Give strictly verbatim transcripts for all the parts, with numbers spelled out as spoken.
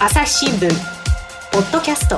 朝日新聞ポッドキャスト、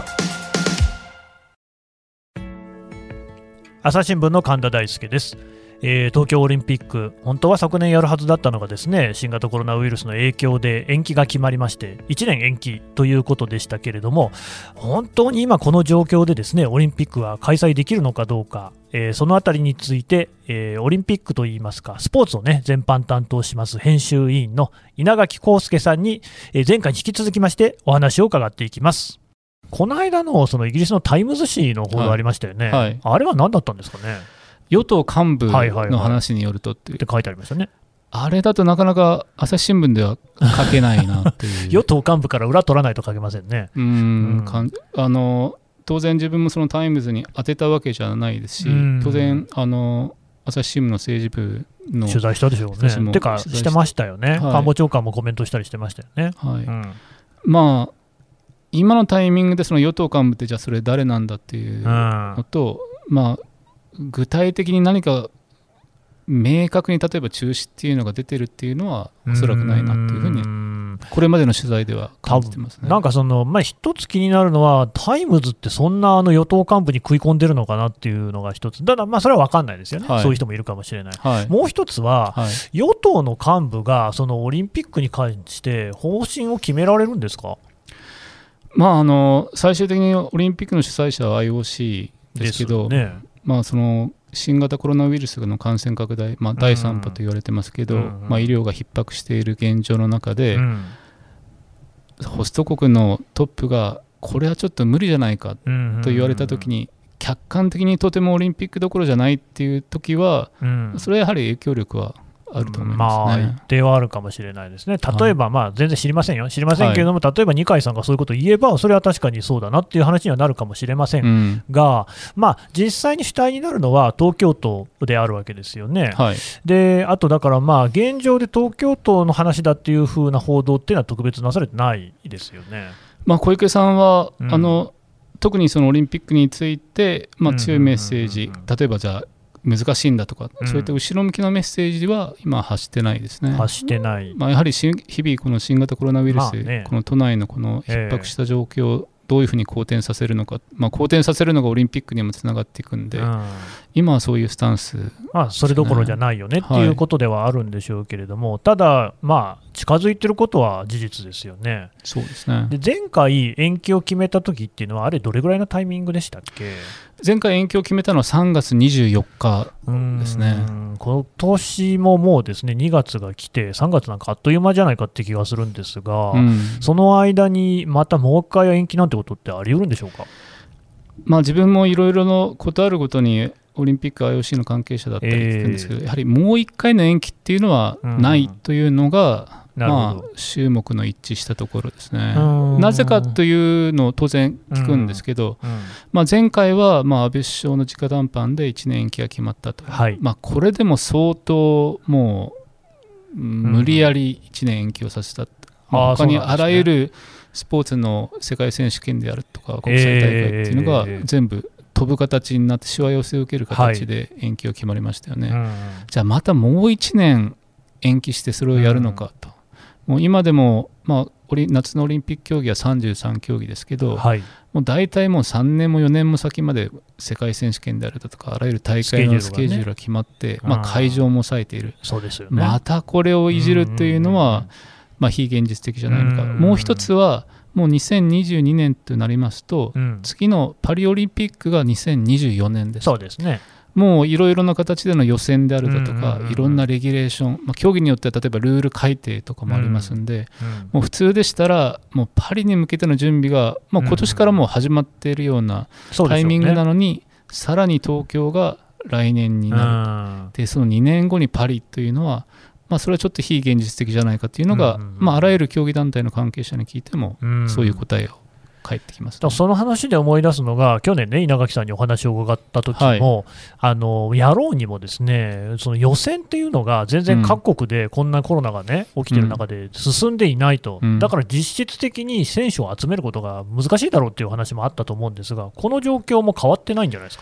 朝日新聞の神田大輔です。えー、東京オリンピック、本当は昨年やるはずだったのがですね、新型コロナウイルスの影響で延期が決まりましていちねん延期ということでしたけれども、本当に今この状況でですねオリンピックは開催できるのかどうか、えー、そのあたりについて、えー、オリンピックといいますかスポーツをね全般担当します編集委員の稲垣康介さんに、えー、前回に引き続きましてお話を伺っていきます。この間のそのイギリスのタイムズ紙の報道ありましたよね、はいはい、あれは何だったんですかね。 与党幹部の話によるとっていう、 って書いてありましたね。 あれだとなかなか朝日新聞では書けないなっていう与党幹部から裏取らないと書けませんね。 うーん、うん、かんあの当然自分もそのタイムズに当てたわけじゃないですし、当然あの朝日新聞の政治部の取材したでしょうね。てかしてましたよね、はい、官房長官もコメントしたりしてましたよね、 はい、 うん、 まあ今のタイミングでその与党幹部ってじゃあそれ誰なんだっていうのと、うん、まあ具体的に何か明確に例えば中止っていうのが出てるっていうのはおそらくないなっていうふうにこれまでの取材では感じてますね。 なんかその、まあ、一つ気になるのはタイムズってそんなあの与党幹部に食い込んでるのかなっていうのが一つ。ただまあそれは分かんないですよね、はい、そういう人もいるかもしれない、はい、もう一つは、はい、与党の幹部がそのオリンピックに関して方針を決められるんですか。 まあ、あの最終的にオリンピックの主催者は アイオーシー ですけど、ね、まあ、その新型コロナウイルスの感染拡大、まあ、だいさん波と言われてますけど、うんまあ、医療が逼迫している現状の中で、うん、ホスト国のトップがこれはちょっと無理じゃないかと言われたときに、客観的にとてもオリンピックどころじゃないっていうときは、うん、それはやはり影響力はあると思いますね。 まあ、一定はあるかもしれないですね。例えば、まあ、全然知りませんよ、知りませんけれども、はい、例えば二階さんがそういうことを言えば、それは確かにそうだなっていう話にはなるかもしれませんが、うん、まあ、実際に主体になるのは東京都であるわけですよね。はい、であと、だから、まあ、現状で東京都の話だっていう風な報道っていうのは特別なされてないですよね。 まあ、小池さんは、うん、あの特にそのオリンピックについて、まあ、強いメッセージ、例えばじゃあ難しいんだとか、うん、そういった後ろ向きのメッセージは今発してないですね。 発してない、 まあ、やはり日々この新型コロナウイルス、まあね、この都内のこの逼迫した状況をどういうふうに好転させるのか、まあ、好転させるのがオリンピックにもつながっていくんで、うん、今はそういうスタンス、ね、 まあ、それどころじゃないよねっていうことではあるんでしょうけれども、はい、ただ、まあ、近づいてることは事実ですよね。 そうですね。 で前回延期を決めた時っていうのはあれどれぐらいのタイミングでしたっけ。 前回延期を決めたのはさんがつにじゅうよっかですね。 今年ももうですねにがつが来てさんがつなんかあっという間じゃないかって気がするんですが、うん、その間にまたもう一回延期なんてことってあり得るんでしょうか。 まあ、自分もいろいろなことあるごとにオリンピック アイオーシー の関係者だったり聞くんですけど、えー、やはりもういっかいの延期っていうのはないというのが、うん、まあ、衆目の一致したところですね。なぜかというのを当然聞くんですけど、うんうん、まあ、前回はまあ安倍首相の直談判でいちねん延期が決まったと、はい、まあ、これでも相当もう無理やりいちねん延期をさせた、うん、まあ、他にあらゆるスポーツの世界選手権であるとか国際大会っていうのが全部飛ぶ形になってしわ寄せを受ける形で延期が決まりましたよね、はい、うん、じゃあまたもういちねん延期してそれをやるのかと、うん、もう今でも、まあ、オリ夏のオリンピック競技はさんじゅうさん競技ですけど、はい、もう大体もうさんねんもよねんも先まで世界選手権であるだとかあらゆる大会のスケジュールが決まって、まあ、会場も抑えている。 そうですよね。 またこれをいじるというのは、まあ、非現実的じゃないのか。もう一つはもうにせんにじゅうにねんとなりますと、うん、次のパリオリンピックがにせんにじゅうよねんです。 そうですね。 もういろいろな形での予選であるだとか、いろんなレギュレーション、まあ、競技によっては例えばルール改定とかもありますんで、うんうん、もう普通でしたらもうパリに向けての準備がもう今年からもう始まっているようなタイミングなのに、うん、さらに東京が来年になる、うん、でそのにねんごにパリというのは、まあ、それはちょっと非現実的じゃないかというのが、うんうんうん、まあ、あらゆる競技団体の関係者に聞いても、うん、そういう答えを返ってきます、ね、 その話で思い出すのが去年ね稲垣さんにお話を伺った時も、はい、あのやろうにもですねその予選っていうのが全然各国でこんなコロナがね起きてる中で進んでいないと、うん、だから実質的に選手を集めることが難しいだろうっていう話もあったと思うんですがこの状況も変わってないんじゃないですか。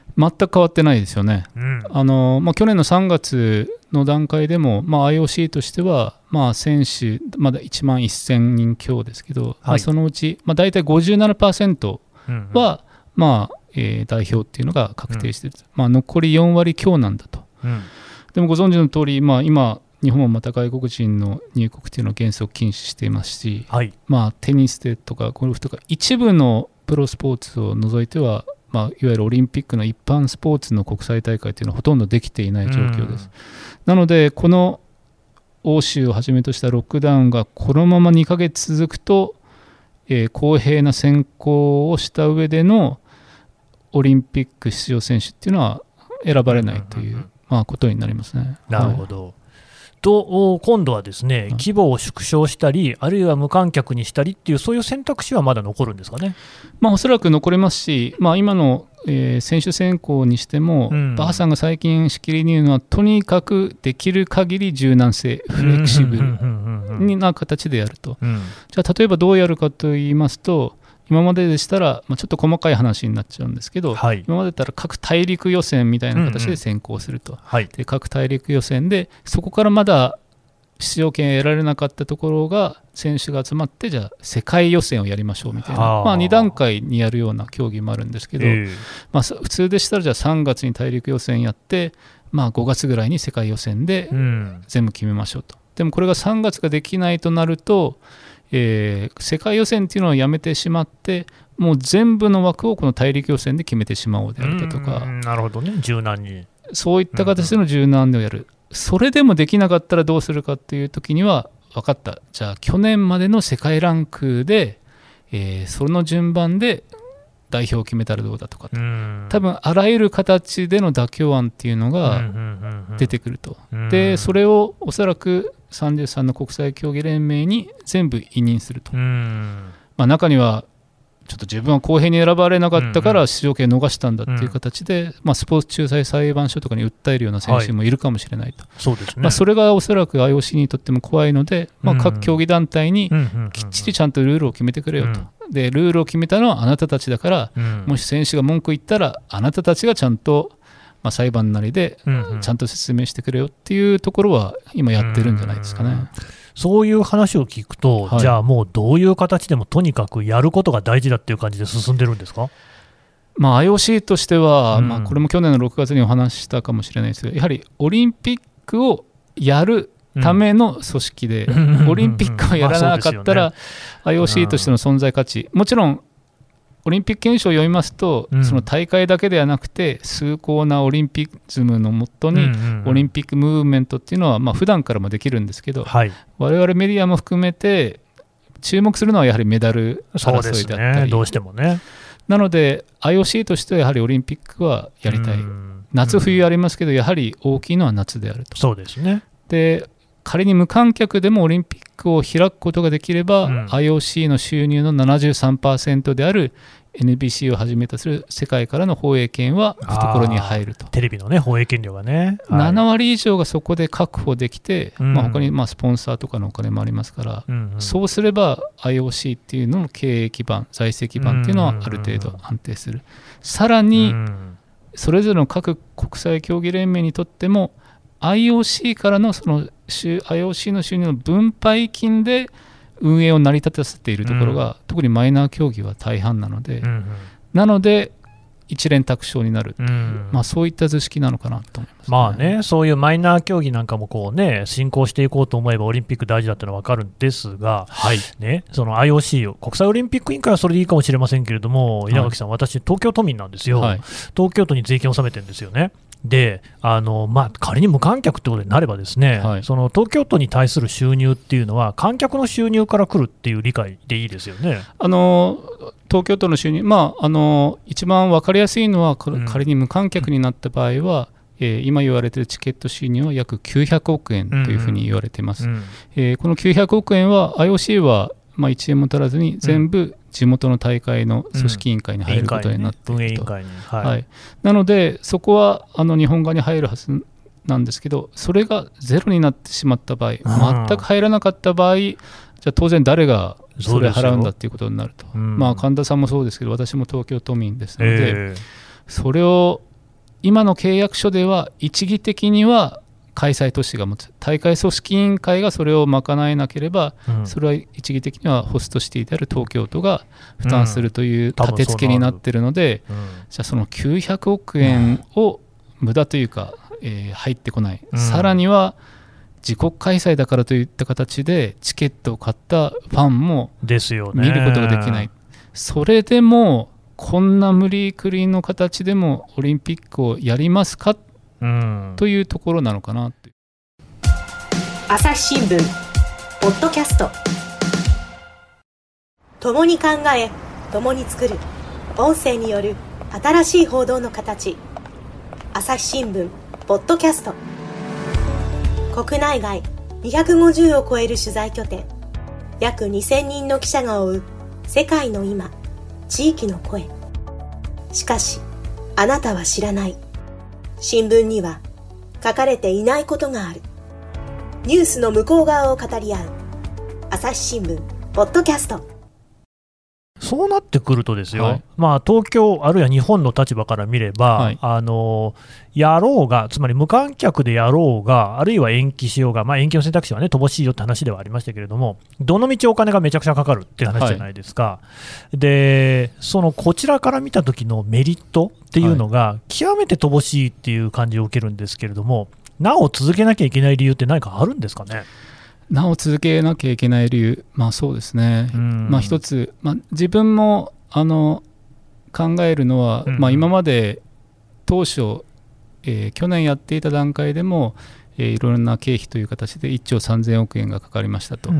全く変わってないですよね。 うん、 あのまあ、去年のさんがつの段階でも、まあ、アイオーシー としては、まあ、選手まだいちまんせんにん強ですけど、はい、まあ、そのうち、まあ、大体 ごじゅうななパーセント は、うんうん、まあえー、代表っていうのが確定している、うん、まあ、残りよんわり強なんだと、うん、でもご存知の通り、まあ、今日本はまた外国人の入国っていうのを原則禁止していますし、はい、まあ、テニスでとかゴルフとか一部のプロスポーツを除いては、まあ、いわゆるオリンピックの一般スポーツの国際大会というのはほとんどできていない状況です。なのでこの欧州をはじめとしたロックダウンがこのままにかげつ続くと、えー、公平な選考をした上でのオリンピック出場選手っていうのは選ばれないという、まあ、ことになりますね。 なるほど、はい、と今度はですね、規模を縮小したり、あるいは無観客にしたりっていう、そういう選択肢はまだ残るんですかね。 まあ、おそらく残りますし、まあ、今の、えー、選手選考にしても、うん、バーさんが最近しきりに言うのは、とにかくできる限り柔軟性、フレキシブルな形でやると、うん、じゃあ、例えばどうやるかといいますと、今まででしたら、まあ、ちょっと細かい話になっちゃうんですけど、はい、今までだったら各大陸予選みたいな形で選考すると、うんうん、はい、で各大陸予選でそこからまだ出場権を得られなかったところが選手が集まって、じゃあ世界予選をやりましょうみたいな、まあ、に段階にやるような競技もあるんですけど、えーまあ、普通でしたらじゃあさんがつに大陸予選やって、まあ、ごがつぐらいに世界予選で全部決めましょうと、うん、でもこれがさんがつができないとなると、えー、世界予選っていうのをやめてしまって、もう全部の枠をこの大陸予選で決めてしまおうであるとか、 なるほどね、柔軟にそういった形での柔軟でやる、うんうん、それでもできなかったらどうするかっていう時には、分かった、じゃあ去年までの世界ランクで、えー、その順番で代表を決めたらどうだとか、うん、多分あらゆる形での妥協案っていうのが出てくると、うんうんうんうん、でそれをおそらくさんじゅうさんの国際競技連盟に全部委任すると、うん、まあ、中にはちょっと自分は公平に選ばれなかったから出場権逃したんだっていう形で、うんうん、まあ、スポーツ仲裁裁判所とかに訴えるような選手もいるかもしれないと、はい、そうですね、まあ、それがおそらく アイオーシー にとっても怖いので、まあ、各競技団体にきっちりちゃんとルールを決めてくれよと、うん、でルールを決めたのはあなたたちだから、うん、もし選手が文句言ったらあなたたちがちゃんと、まあ、裁判なりでちゃんと説明してくれよっていうところは今やってるんじゃないですかね。うん、 そういう話を聞くと、はい、じゃあもうどういう形でもとにかくやることが大事だっていう感じで進んでるんですか。 まあ、アイオーシー としては、うん、まあ、これも去年のろくがつにお話ししたかもしれないですけど、やはりオリンピックをやるための組織で、うん、オリンピックをやらなかったら、まあね、アイオーシー としての存在価値、もちろんオリンピック憲章を読みますと、うん、その大会だけではなくて崇高なオリンピズムのもとに、うんうんうん、オリンピックムーブメントっていうのは、まあ、普段からもできるんですけど、はい、我々メディアも含めて注目するのはやはりメダル争いだったり、 ね、どうしてもね。 なので アイオーシー としてはやはりオリンピックはやりたい、うん、夏冬ありますけど、やはり大きいのは夏であると。 そうですね。 で仮に無観客でもオリンピックを開くことができれば、うん、アイオーシー の収入の ななじゅうさんパーセント である エヌビーシー をはじめとする世界からの放映権は懐に入ると。 テレビの、ね、放映権料がね、 はい、ななわり以上がそこで確保できて、うん、まあ、他にまあスポンサーとかのお金もありますから、うんうん、そうすれば アイオーシー っていうのの経営基盤、財政基盤っていうのはある程度安定する。さらにそれぞれの各国際競技連盟にとっても アイオーシー からのその アイオーシー の収入の分配金で運営を成り立たせているところが、うん、特にマイナー競技は大半なので、うんうん、なので一連卓勝になるっていう、うん、まあ、そういった図式なのかなと思います、ね。 まあね、そういうマイナー競技なんかもこう、ね、進行していこうと思えばオリンピック大事だってのは分かるんですが、はいね、その アイオーシー を国際オリンピック委員会はそれでいいかもしれませんけれども、稲垣さん、はい、私東京都民なんですよ、はい、東京都に税金を納めてるんですよね。であのまあ、仮に無観客ということになればですね、はい、その東京都に対する収入っていうのは観客の収入から来るっていう理解でいいですよね。 あの東京都の収入、まあ、あの一番分かりやすいのは、うん、仮に無観客になった場合は、えー、今言われているチケット収入は約きゅうひゃくおくえんというふうに言われています、うんうん、えー、このきゅうひゃくおくえんは アイオーシー はまあいちえんも足らずに全部地元の大会の組織委員会に入ることになっていると。なのでそこはあの日本側に入るはずなんですけど、それがゼロになってしまった場合、全く入らなかった場合、じゃあ当然誰がそれ払うんだっていうことになると、まあ、神田さんもそうですけど私も東京都民ですので、えー、それを今の契約書では一義的には開催都市が持つ、大会組織委員会がそれを賄えなければ、うん、それは一義的にはホストシティである東京都が負担するという立て付けになっているので、うん、じゃあそのきゅうひゃくおくえんを無駄というか、えー、入ってこない、うん、さらには自国開催だからといった形でチケットを買ったファンも見ることができない。それでもこんな無理くりの形でもオリンピックをやりますか、うん、というところなのかなって。 朝日新聞ポッドキャスト、共に考え共に作る音声による新しい報道の形、朝日新聞ポッドキャスト。国内外にひゃくごじゅうを超える取材拠点、約にせんにんの記者が追う世界の今、地域の声。しかしあなたは知らない、新聞には書かれていないことがある。ニュースの向こう側を語り合う朝日新聞ポッドキャスト。 そうなってくるとですよ、 はい、 まあ、東京あるいは日本の立場から見れば、はい、あのやろうが、つまり無観客でやろうが、あるいは延期しようが、まあ、延期の選択肢はね乏しいよって話ではありましたけれども、どのみちお金がめちゃくちゃかかるっていう話じゃないですか、はい、でそのこちらから見た時のメリットっていうのが極めて乏しいっていう感じを受けるんですけれども、なお続けなきゃいけない理由って何かあるんですかね。 なお続けなきゃいけない理由、まあそうですね、まあ、一つ、まあ、自分もあの考えるのは、うん、まあ、今まで当初、えー、去年やっていた段階でも、えー、いろいろな経費という形でいっちょうさんぜんおくえんがかかりましたと、うん、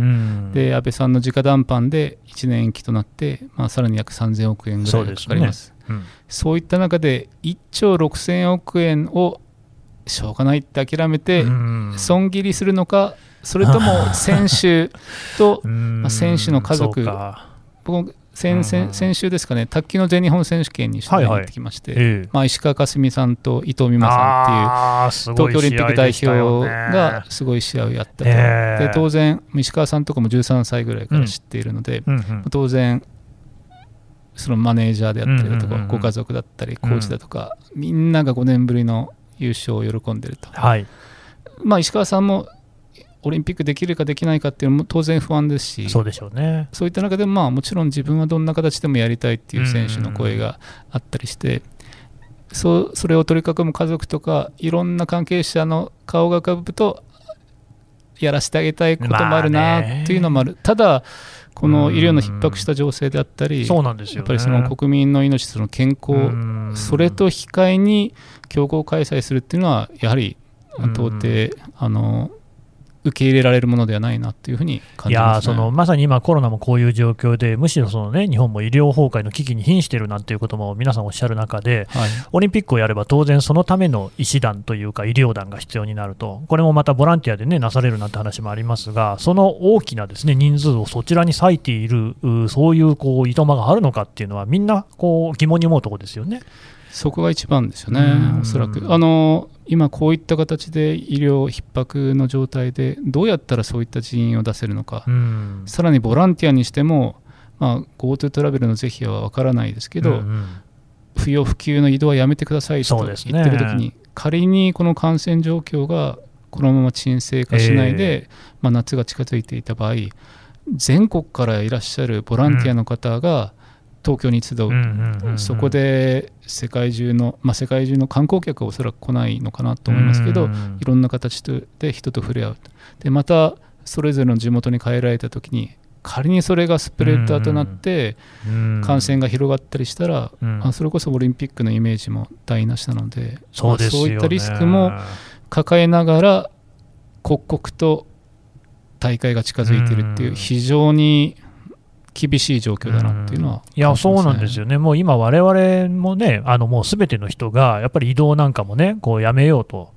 で安倍さんの直談判でいちねん延期となって、まあ、さらに約さんぜんおくえんぐらいがかかります。そうですね、うん、そういった中でいっちょうろくせんおくえんをしょうがないって諦めて損切りするのか、それとも選手とまあ選手の家族、僕先, 先, 先週ですかね、卓球の全日本選手権に取材に行ってきまして、はいはい、まあ、石川佳純さんと伊藤美誠さんっていう東京オリンピック代表がすごい試合をやったと、で当然石川さんとかもじゅうさんさいぐらいから知っているので、うんうん、当然そのマネージャーであったりだとか、うんうんうん、ご家族だったりコーチだとか、うん、みんながごねんぶりの優勝を喜んでいると、はい、まあ、石川さんもオリンピックできるかできないかっていうのも当然不安ですし、 そうでしょうね。 そういった中で、まあ、もちろん自分はどんな形でもやりたいっていう選手の声があったりして、そ, それを取り囲む家族とかいろんな関係者の顔が浮かぶとやらせてあげたいこともあるなっていうのもある、まあ、ただこの医療の逼迫した情勢であったり、 そうなんですよね、 やっぱりその国民の命、その健康、それと引き換えに強行開催するっていうのはやはり到底あの受け入れられるものではないなというふうに感じますね。いや、 そのまさに今コロナもこういう状況で、むしろその、ね、日本も医療崩壊の危機に瀕しているなんていうことも皆さんおっしゃる中で、はい、オリンピックをやれば当然そのための医師団というか医療団が必要になると、これもまたボランティアで、ね、なされるなんて話もありますが、その大きなです、ね、人数をそちらに割いている、そういうこういとまがあるのかっていうのはみんなこう疑問に思うところですよね。 そこが一番ですよね、おそらく。あの今こういった形で医療逼迫の状態でどうやったらそういった人員を出せるのか、さらにボランティアにしても、まあ、GoTo トラベルの是非は分からないですけど、うんうん、不要不急の移動はやめてくださいと言ってるときに、ね、仮にこの感染状況がこのまま沈静化しないで、えーまあ、夏が近づいていた場合、全国からいらっしゃるボランティアの方が、うん東京に集う、うんうんうんうん、そこで世界中の、まあ、世界中の観光客はおそらく来ないのかなと思いますけど、うんうん、いろんな形で人と触れ合う。でまたそれぞれの地元に帰られた時に仮にそれがスプレッダーとなって感染が広がったりしたら、うんうん、それこそオリンピックのイメージも台無しなので、 そうですよね、 まあ、そういったリスクも抱えながら刻々と大会が近づいているっていう非常に厳しい状況だなっていうのは、 いやそうなんですよね。もう今我々もね、あのもうすべての人がやっぱり移動なんかもねこうやめようと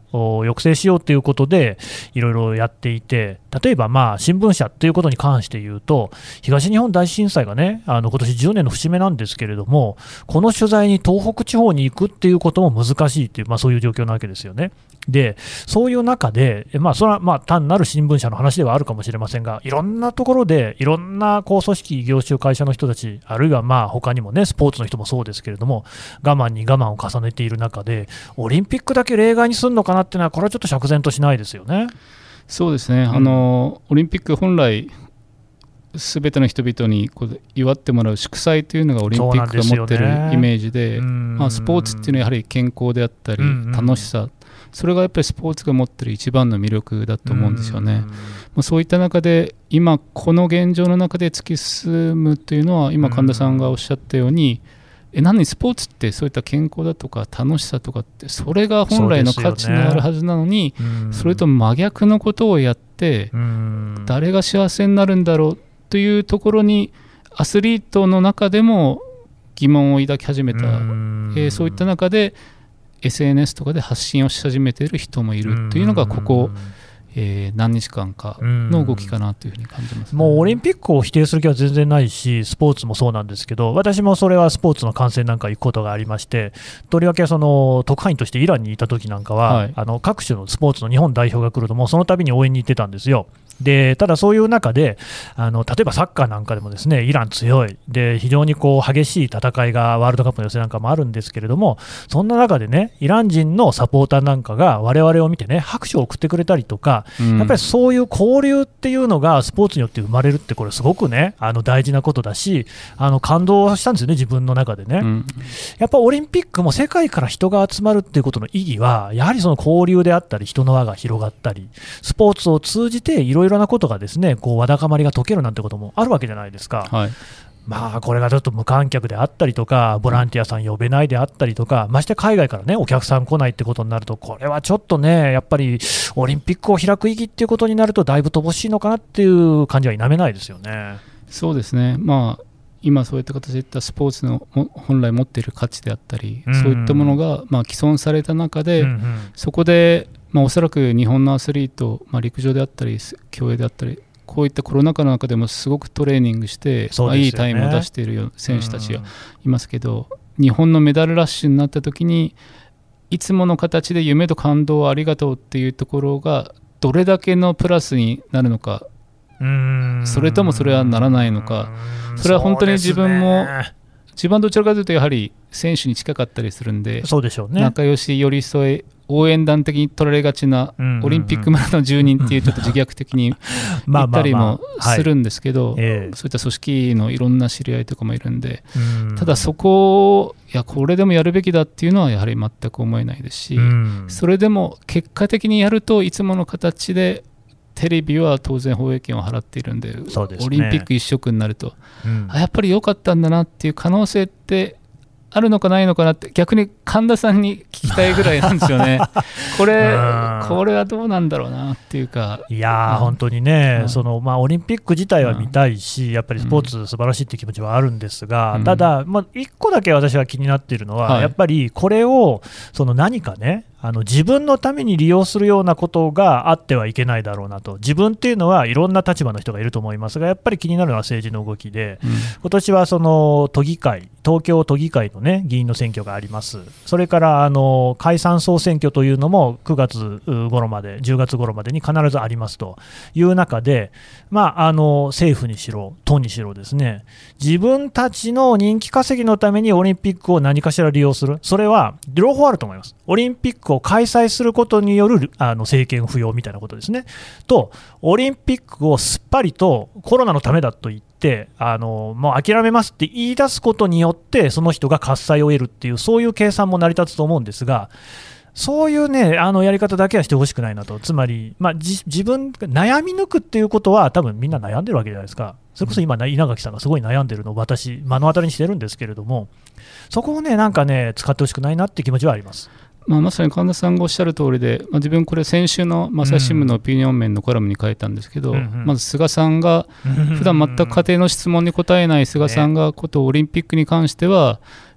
抑制しようということでいろいろやっていて、例えばまあ新聞社ということに関して言うと、東日本大震災がね、あの今年じゅうねんの節目なんですけれども、この取材に東北地方に行くっていうことも難しいという、まあ、そういう状況なわけですよね。でそういう中で、まあ、それはまあ単なる新聞社の話ではあるかもしれませんが、いろんなところでいろんなこう組織、業種、会社の人たち、あるいはまあ他にもね、スポーツの人もそうですけれども、我慢に我慢を重ねている中で、オリンピックだけ例外にするのかなっていうのは、これはちょっと釈然としないですよね。 そうですね、うん、あのオリンピック本来すべての人々にこう祝ってもらう祝祭というのがオリンピックが持っているイメージで、まあ、スポーツっていうのはやはり健康であったり楽しさ、それがやっぱりスポーツが持っている一番の魅力だと思うんですよね。まあ、そういった中で今この現状の中で突き進むというのは、今神田さんがおっしゃったように、えなのにスポーツってそういった健康だとか楽しさとかって、それが本来の価値のあるはずなのに、 そ,、ね、それと真逆のことをやって誰が幸せになるんだろうというところに、アスリートの中でも疑問を抱き始めた、えー、そういった中で エスエヌエス とかで発信をし始めている人もいるというのが、ここえー、何日間かの動きかなというふうに感じます、ね、 もうオリンピックを否定する気は全然ないし、スポーツもそうなんですけど、私もそれはスポーツの観戦なんか行くことがありまして、とりわけその特派員としてイランにいた時なんかは、はい、あの各種のスポーツの日本代表が来ると、もうその度に応援に行ってたんですよ。でただそういう中で、あの例えばサッカーなんかでもですね、イラン強いで、非常にこう激しい戦いがワールドカップの予選なんかもあるんですけれども、そんな中でね、イラン人のサポーターなんかが我々を見てね、拍手を送ってくれたりとか、うん、やっぱりそういう交流っていうのがスポーツによって生まれるって、これすごくね、あの大事なことだし、あの感動したんですよね、自分の中でね、うん、やっぱオリンピックも世界から人が集まるっていうことの意義は、やはりその交流であったり、人の輪が広がったり、スポーツを通じていろいろいろなことがですね、こうわだかまりが解けるなんてこともあるわけじゃないですか。はい、まあこれがちょっと無観客であったりとか、ボランティアさん呼べないであったりとか、まして海外からねお客さん来ないってことになると、これはちょっとね、やっぱりオリンピックを開く意義っていうことになると、だいぶ乏しいのかなっていう感じは否めないですよね。 そうですね、まあ今そういった形でいったスポーツの本来持っている価値であったり、うん、そういったものがまあ既存された中で、うんうん、そこでまあおそらく日本のアスリート、まあ、陸上であったり競泳であったり、こういったコロナ禍の中でもすごくトレーニングして、まあ、いいタイムを出している選手たちがいますけど、うん、日本のメダルラッシュになった時に、いつもの形で夢と感動をありがとうっていうところがどれだけのプラスになるのか、うーん、それともそれはならないのか、それは本当に自分も、自分はどちらかというとやはり選手に近かったりするんで、 そうでしょうね、 仲良し寄り添え応援団的に取られがちなオリンピック村の住人っていうちょっと自虐的に言ったりもするんですけど、そういった組織のいろんな知り合いとかもいるんで、ただそこをいやこれでもやるべきだっていうのはやはり全く思えないですし、それでも結果的にやるといつもの形でテレビは当然放映権を払っているんで、そうですね、オリンピック一色になると、うん、あやっぱり良かったんだなっていう可能性ってあるのかないのかなって、逆に神田さんに聞きたいぐらいなんですよねこれこれはどうなんだろうなっていうか、 いやー、本当にね、そのまあ、オリンピック自体は見たいし、やっぱりスポーツ素晴らしいっていう気持ちはあるんですが、うん、ただ、まあ、いっこだけ私は気になっているのは、はい、やっぱりこれをその何かね、あの自分のために利用するようなことがあってはいけないだろうなと。自分っていうのはいろんな立場の人がいると思いますが、やっぱり気になるのは政治の動きで、うん、今年はその都議会、東京都議会の、ね、議員の選挙があります。それからあの解散総選挙というのもくがつ頃まで、じゅうがつ頃までに必ずありますという中で、まあ、あの政府にしろ都にしろですね、自分たちの人気稼ぎのためにオリンピックを何かしら利用する、それは両方あると思います。オリンピックを開催することによるあの政権浮揚みたいなことですね、とオリンピックをすっぱりとコロナのためだと言ってあのもう諦めますって言い出すことによってその人が喝采を得るっていう、そういう計算も成り立つと思うんですが、そういうねあのやり方だけはしてほしくないなと。つまり、まあ、じ自分が悩み抜くっていうことは多分みんな悩んでるわけじゃないですか。それこそ今稲垣さんがすごい悩んでるのを私目の当たりにしてるんですけれども、そこをねなんかね使ってほしくないなって気持ちはあります。 まあ、まさに神田さんがおっしゃる通りで、まあ、自分これ先週の朝日新聞のオピニオン面のコラムに書いたんですけど、うんうん、まず菅さんが普段全く家庭の質問に答えない菅さんがことオリンピックに関しては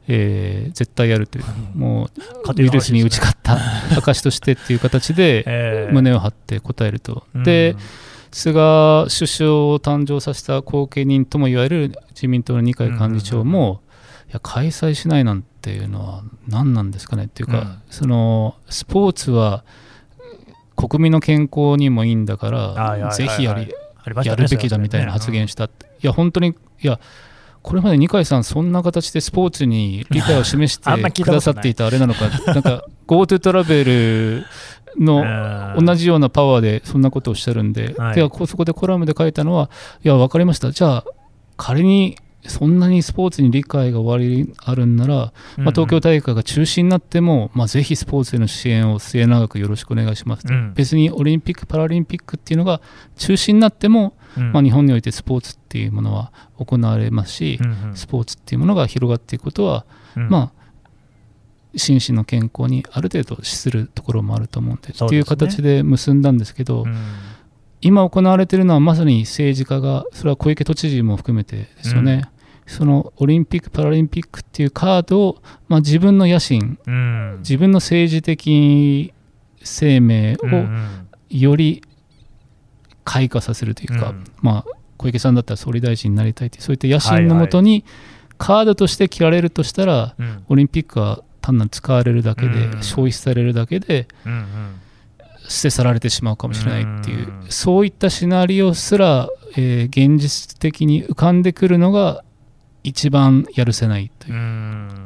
えー、絶対やるという、うん、もうウイルスに打ち勝った証としてっていう形で胸を張って答えると、えー、で、うん、菅首相を誕生させた後継人ともいわれる自民党の二階幹事長も、うん、いや開催しないなんていうのは何なんですかねっていうか、うん、そのスポーツは国民の健康にもいいんだからぜひやり、やるべきだみたいな発言した、うん、いや本当に、いやこれまで二階さんそんな形でスポーツに理解を示してくださっていたあれなのかなんか GoTo トラベルの同じようなパワーでそんなことをおっしゃるんで、はい、ではそこでコラムで書いたのは、いや分かりました、じゃあ仮にそんなにスポーツに理解がおありあるんなら、まあ、東京大会が中止になっても、まあ、ぜひスポーツへの支援を末永くよろしくお願いしますと、うん、別にオリンピック・パラリンピックっていうのが中止になっても、うんまあ、日本においてスポーツっていうものは行われますし、うんうん、スポーツっていうものが広がっていくことは、うんまあ、心身の健康にある程度資するところもあると思うんで、っていう形で結んだんですけど、うん、今行われているのはまさに政治家が、それは小池都知事も含めてですよね、うん、そのオリンピック・パラリンピックっていうカードを、まあ、自分の野心、うん、自分の政治的生命をより開花させるというか、うんまあ、小池さんだったら総理大臣になりたいという、そういった野心のもとにカードとして切られるとしたら、はいはい、オリンピックは単なる使われるだけで、うん、消費されるだけで、うんうん、捨て去られてしまうかもしれないっていう、うん、そういったシナリオすら、えー、現実的に浮かんでくるのが一番やるせないという、うん、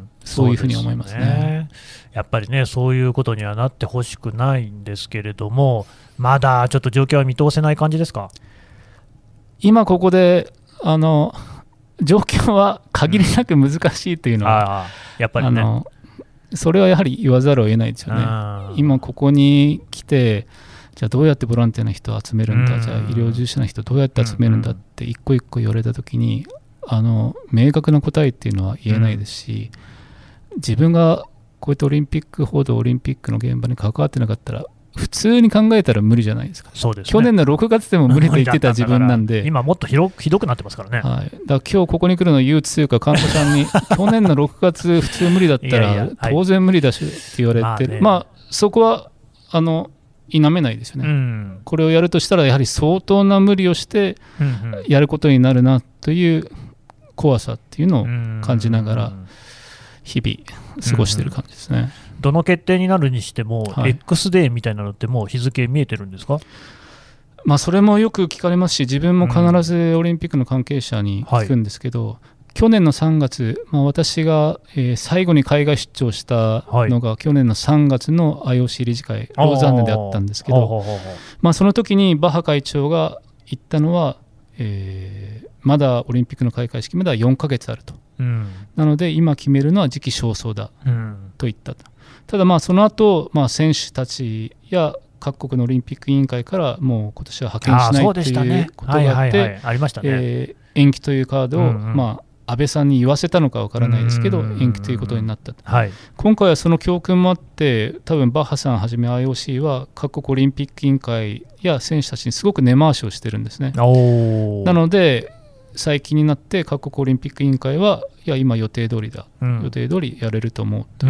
そういうふうに思いますね。そうですね。 やっぱりね、そういうことにはなってほしくないんですけれども、まだちょっと状況は見通せない感じですか？ 今ここであの状況は限りなく難しいというのは、うん、あやっぱりね、あのそれはやはり言わざるを得ないですよね。今ここに来て、じゃあどうやってボランティアの人を集めるんだ、うん、じゃあ医療従事者の人どうやって集めるんだって一個一個言われたときに、あの明確な答えっていうのは言えないですし、うん、自分がこうやってオリンピック報道オリンピックの現場に関わってなかったら普通に考えたら無理じゃないですか。 そうですね、 去年のろくがつでも無理と言ってた自分なんで今もっとひど、ひどくなってますからね、 はい、だから今日ここに来るの憂鬱というか神田さんに去年のろくがつ普通無理だったらいやいや、はい、当然無理だしって言われて、まあね、まあ、そこはあの否めないですよね、うん、これをやるとしたらやはり相当な無理をしてやることになるなという怖さっていうのを感じながら日々過ごしている感じですね、うんうん、 どの決定になるにしても、はい、X デーみたいなのってもう日付見えてるんですか？ まあ、それもよく聞かれますし、自分も必ずオリンピックの関係者に聞くんですけど、うんはい、去年のさんがつ、まあ、私が、えー、最後に海外出張したのが、はい、去年のさんがつの アイオーシー 理事会ローザンヌであったんですけど、まあ、その時にバッハ会長が言ったのは、えー、まだオリンピックの開会式まではよんかげつあると、うん、なので今決めるのは時期尚早だ、うん、と言ったと。ただまあその後、まあ選手たちや各国のオリンピック委員会からもう今年は派遣しないということがあって延期というカードを、うんうん、まあ安倍さんに言わせたのかわからないですけど延期ということになったと、はい、今回はその教訓もあって多分バッハさんはじめ アイオーシー は各国オリンピック委員会や選手たちにすごく根回しをしてるんですね。おなので最近になって各国オリンピック委員会はいや今予定通りだ、うん、予定通りやれると思うという、うん、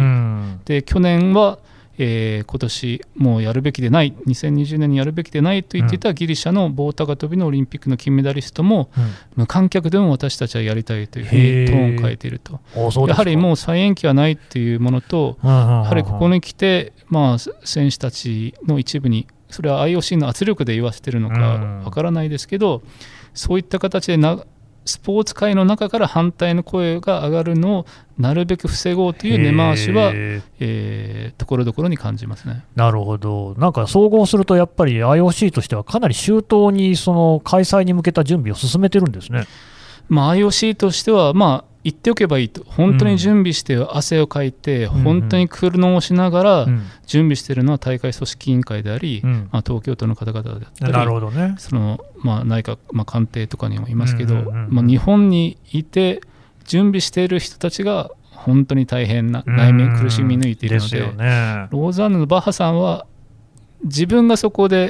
で去年は、えー、今年もうやるべきでないにせんにじゅうねんにやるべきでないと言っていたギリシャの棒高跳びのオリンピックの金メダリストも、うん、無観客でも私たちはやりたいというふうにトーンを変えていると。やはりもう再延期はないというものと、やはりここに来て、まあ、選手たちの一部にそれは アイオーシー の圧力で言わせているのかわからないですけど、そういった形でなスポーツ界の中から反対の声が上がるのをなるべく防ごうという根回しは、えー、ところどころに感じますね。 なるほど。なんか総合するとやっぱり アイオーシー としてはかなり周到にその開催に向けた準備を進めてるんですね。 まあ、アイオーシー としては、まあ、言っておけばいいと、本当に準備して汗をかいて、うん、本当に苦悩をしながら準備しているのは大会組織委員会であり、うんまあ、東京都の方々であったり、 なるほどね、 そのまあ、内閣、まあ、官邸とかにもいますけど、うんうんうんうんまあ、日本にいて準備している人たちが本当に大変な内面苦しみ抜いているので、うんですよね、ローザンヌのバッハさんは自分がそこで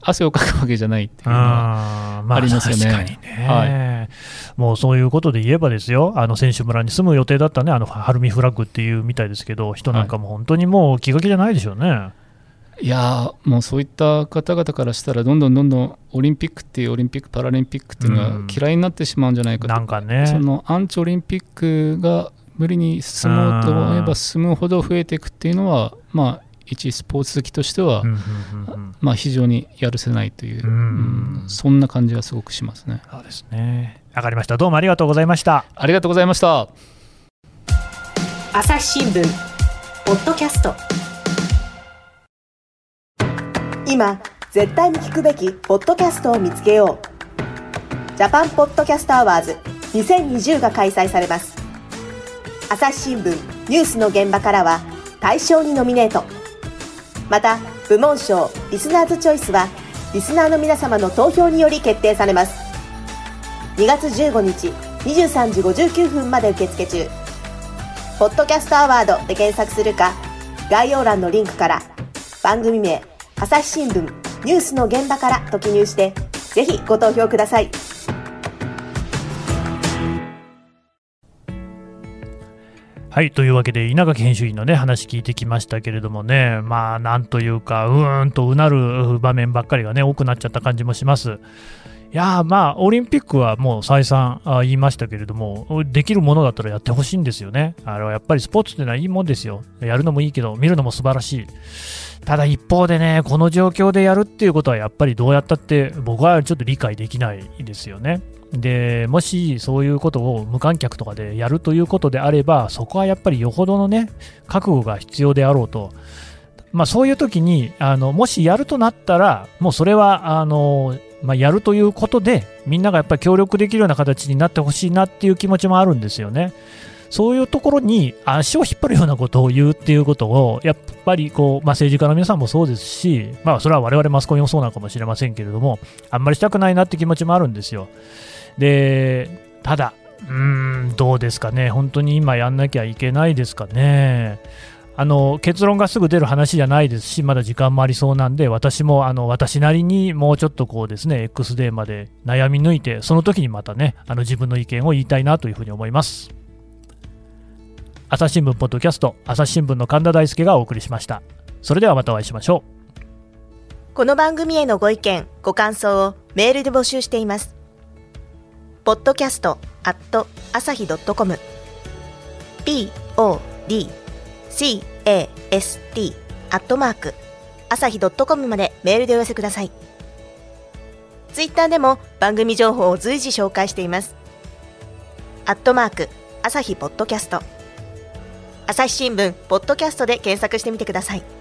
汗をかくわけじゃないっていうのはありますよね。 まあ、確かにね、はい、もうそういうことで言えばですよ、あの選手村に住む予定だったね、あの晴海フラッグっていうみたいですけど、人なんかも本当にもう気が気じゃないでしょうね。はい、 いやもうそういった方々からしたらどんどんどんどんオリンピックっていうオリンピックパラリンピックっていうのが嫌いになってしまうんじゃないかと、 なんかね、 そのアンチオリンピックが無理に進もうと思えば進むほど増えていくっていうのは、まあ一スポーツ好きとしては、うんうんうんうん、まあ非常にやるせないという、うんうん、そんな感じはすごくしますね。 そうですね。わかりました。どうもありがとうございました。 ありがとうございました。 朝日新聞ポッドキャスト、今絶対に聞くべきポッドキャストを見つけよう。ジャパンポッドキャストアワーズにせんにじゅうが開催されます。朝日新聞ニュースの現場からは大賞にノミネート、また部門賞リスナーズチョイスはリスナーの皆様の投票により決定されます。にがつじゅうごにちにじゅうさんじごじゅうきゅうふんまで受付中。ポッドキャストアワードで検索するか、概要欄のリンクから番組名朝日新聞ニュースの現場からと記入してぜひご投票ください。 はい、というわけで稲垣編集員のね話聞いてきましたけれどもね、まあなんというかうーんとうなる場面ばっかりがね多くなっちゃった感じもします。いやまあオリンピックはもう再三あ言いましたけれども、できるものだったらやってほしいんですよね。あれはやっぱりスポーツっていうのはいいもんですよ。やるのもいいけど見るのも素晴らしい。ただ一方でね、この状況でやるっていうことはやっぱりどうやったって僕はちょっと理解できないですよね。でもしそういうことを無観客とかでやるということであれば、そこはやっぱりよほどのね覚悟が必要であろうと、まあ、そういう時にあのもしやるとなったらもうそれはあの、まあ、やるということでみんながやっぱり協力できるような形になってほしいなっていう気持ちもあるんですよね。そういうところに足を引っ張るようなことを言うっていうことをやっぱりこう、まあ、政治家の皆さんもそうですし、まあ、それは我々マスコミもそうなのかもしれませんけれども、あんまりしたくないなって気持ちもあるんですよ。でただうーんどうですかね、本当に今やんなきゃいけないですかね。あの結論がすぐ出る話じゃないですし、まだ時間もありそうなんで、私もあの私なりにもうちょっとこうですね エックスデー まで悩み抜いて、その時にまたねあの自分の意見を言いたいなというふうに思います。朝日新聞ポッドキャスト、朝日新聞の神田大輔がお送りしました。それではまたお会いしましょう。この番組へのご意見ご感想をメールで募集しています。ポッドキャストアット朝日ドットコム ピーオーディーキャスト アットマーク朝日ドットコムまでメールでお寄せください。ツイッターでも番組情報を随時紹介しています。アットマーク朝日ポッドキャスト、朝日新聞ポッドキャストで検索してみてください。